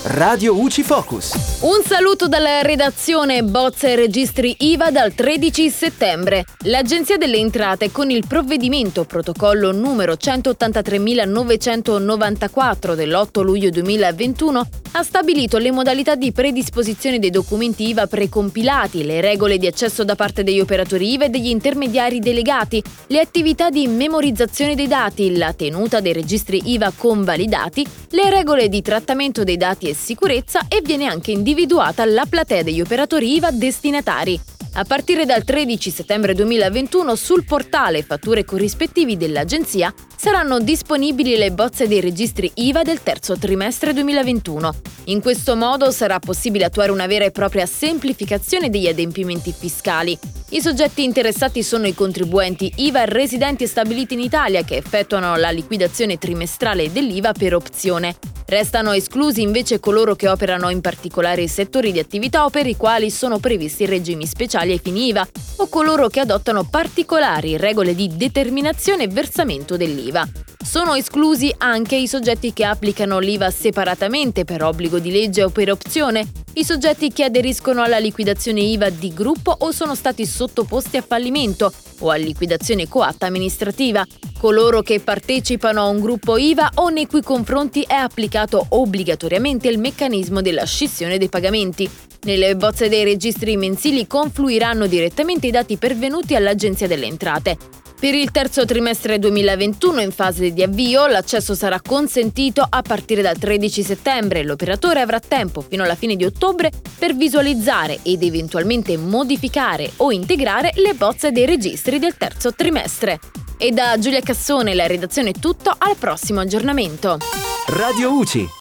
Radio UCI Focus. Un saluto dalla redazione. Bozza e registri IVA dal 13 settembre. L'Agenzia delle Entrate, con il provvedimento protocollo numero 183.994 dell'8 luglio 2021, ha stabilito le modalità di predisposizione dei documenti IVA precompilati, le regole di accesso da parte degli operatori IVA e degli intermediari delegati, le attività di memorizzazione dei dati, la tenuta dei registri IVA convalidati, le regole di trattamento dei dati e sicurezza, e viene anche individuata la platea degli operatori IVA destinatari. A partire dal 13 settembre 2021 sul portale fatture corrispettivi dell'Agenzia saranno disponibili le bozze dei registri IVA del terzo trimestre 2021. In questo modo sarà possibile attuare una vera e propria semplificazione degli adempimenti fiscali. I soggetti interessati sono i contribuenti IVA residenti e stabiliti in Italia che effettuano la liquidazione trimestrale dell'IVA per opzione. Restano esclusi invece coloro che operano in particolari settori di attività o per i quali sono previsti regimi speciali ai fini IVA, o coloro che adottano particolari regole di determinazione e versamento dell'IVA. Sono esclusi anche i soggetti che applicano l'IVA separatamente per obbligo di legge o per opzione, i soggetti che aderiscono alla liquidazione IVA di gruppo o sono stati sottoposti a fallimento o a liquidazione coatta amministrativa, coloro che partecipano a un gruppo IVA o nei cui confronti è applicato obbligatoriamente il meccanismo della scissione dei pagamenti. Nelle bozze dei registri mensili confluiranno direttamente i dati pervenuti all'Agenzia delle Entrate. Per il terzo trimestre 2021, in fase di avvio, l'accesso sarà consentito a partire dal 13 settembre. L'operatore avrà tempo fino alla fine di ottobre per visualizzare ed eventualmente modificare o integrare le bozze dei registri del terzo trimestre. E da Giulia Cassone, la redazione è tutto, al prossimo aggiornamento. Radio UCI.